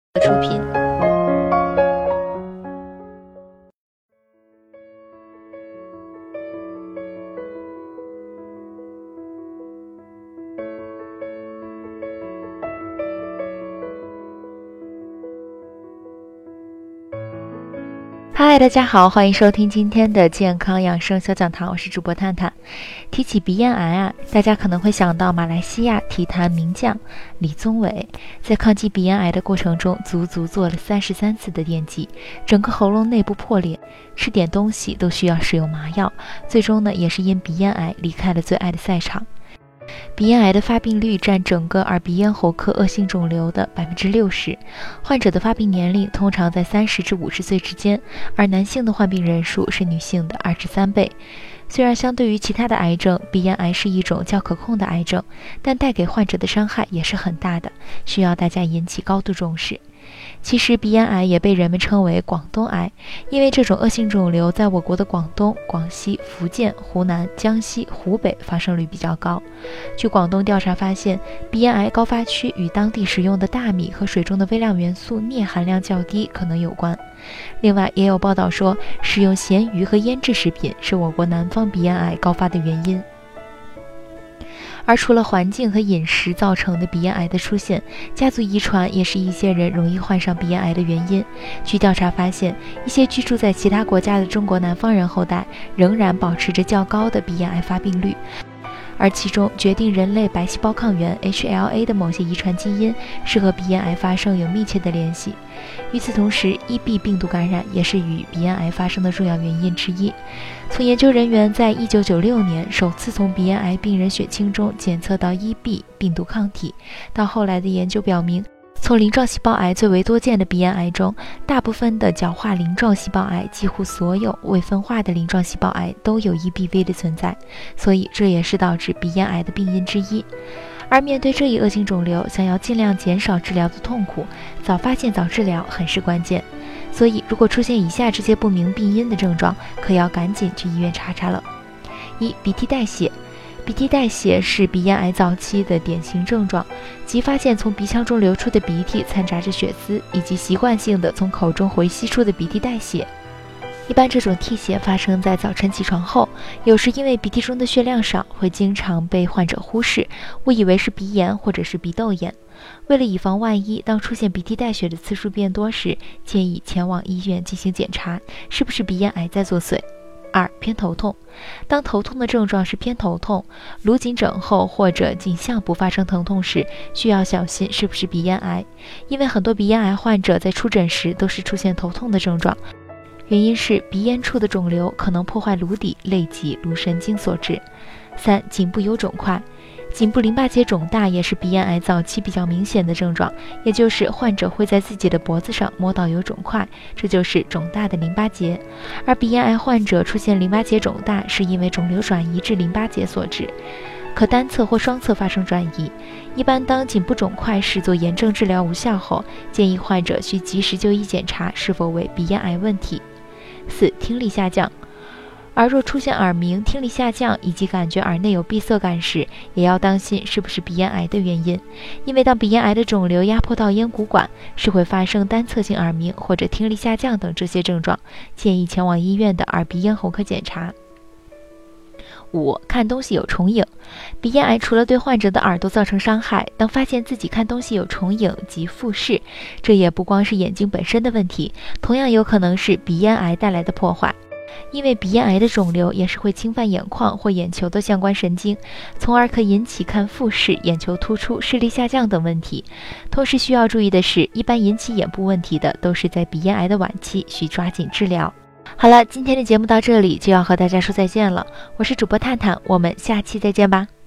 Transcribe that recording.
出品。嗨，大家好，欢迎收听今天的健康养生小讲堂，我是主播探探。提起鼻咽癌啊，大家可能会想到马来西亚体坛名将李宗伟，在抗击鼻咽癌的过程中，足足做了33次的电击，整个喉咙内部破裂，吃点东西都需要使用麻药，最终呢，也是因鼻咽癌离开了最爱的赛场。鼻咽癌的发病率占整个耳鼻咽喉科恶性肿瘤的60%，患者的发病年龄通常在30至50岁之间，而男性的患病人数是女性的2至3倍。虽然相对于其他的癌症，鼻咽癌是一种较可控的癌症，但带给患者的伤害也是很大的，需要大家引起高度重视。其实鼻咽癌也被人们称为广东癌，因为这种恶性肿瘤在我国的广东、广西、福建、湖南、江西、湖北发生率比较高。据广东调查发现，鼻咽癌高发区与当地使用的大米和水中的微量元素镍含量较低可能有关。另外也有报道说，食用咸鱼和腌制食品是我国南方鼻咽癌高发的原因。而除了环境和饮食造成的鼻咽癌的出现，家族遗传也是一些人容易患上鼻咽癌的原因。据调查发现，一些居住在其他国家的中国南方人后代仍然保持着较高的鼻咽癌发病率，而其中决定人类白细胞抗原 HLA 的某些遗传基因是和鼻咽癌发生有密切的联系。与此同时， EB 病毒感染也是与鼻咽癌发生的重要原因之一。从研究人员在1996年首次从鼻咽癌病人血清中检测到 EB 病毒抗体，到后来的研究表明，从鳞状细胞癌最为多见的鼻咽癌中，大部分的角化鳞状细胞癌，几乎所有未分化的鳞状细胞癌都有 EBV 的存在，所以这也是导致鼻咽癌的病因之一。而面对这一恶性肿瘤，想要尽量减少治疗的痛苦，早发现早治疗很是关键。所以如果出现以下这些不明病因的症状，可要赶紧去医院查查了。1. 鼻涕带血。鼻涕带血是鼻咽癌早期的典型症状，即发现从鼻腔中流出的鼻涕掺杂着血丝，以及习惯性的从口中回吸出的鼻涕带血。一般这种涕血发生在早晨起床后，有时因为鼻涕中的血量少，会经常被患者忽视，误以为是鼻炎或者是鼻窦炎。为了以防万一，当出现鼻涕带血的次数变多时，建议前往医院进行检查，是不是鼻咽癌在作祟。2. 偏头痛。当头痛的症状是偏头痛，颅颈枕后或者颈项部发生疼痛时，需要小心是不是鼻咽癌，因为很多鼻咽癌患者在出诊时都是出现头痛的症状，原因是鼻咽处的肿瘤可能破坏颅底、肋脊、颅神经所致。3. 颈部有肿块。颈部淋巴结肿大也是鼻咽癌早期比较明显的症状，也就是患者会在自己的脖子上摸到有肿块，这就是肿大的淋巴结。而鼻咽癌患者出现淋巴结肿大，是因为肿瘤转移至淋巴结所致，可单侧或双侧发生转移。一般当颈部肿块视作炎症治疗无效后，建议患者需及时就医检查是否为鼻咽癌问题。4. 听力下降。而若出现耳鸣、听力下降以及感觉耳内有闭塞感时，也要当心是不是鼻咽癌的原因，因为当鼻咽癌的肿瘤压迫到咽鼓管，是会发生单侧性耳鸣或者听力下降等这些症状，建议前往医院的耳鼻咽喉科检查。5. 看东西有重影。鼻咽癌除了对患者的耳朵造成伤害，当发现自己看东西有重影及复视，这也不光是眼睛本身的问题，同样有可能是鼻咽癌带来的破坏。因为鼻咽癌的肿瘤也是会侵犯眼眶或眼球的相关神经，从而可引起看复视、眼球突出、视力下降等问题。同时需要注意的是，一般引起眼部问题的都是在鼻咽癌的晚期，需抓紧治疗。好了，今天的节目到这里就要和大家说再见了，我是主播探探，我们下期再见吧。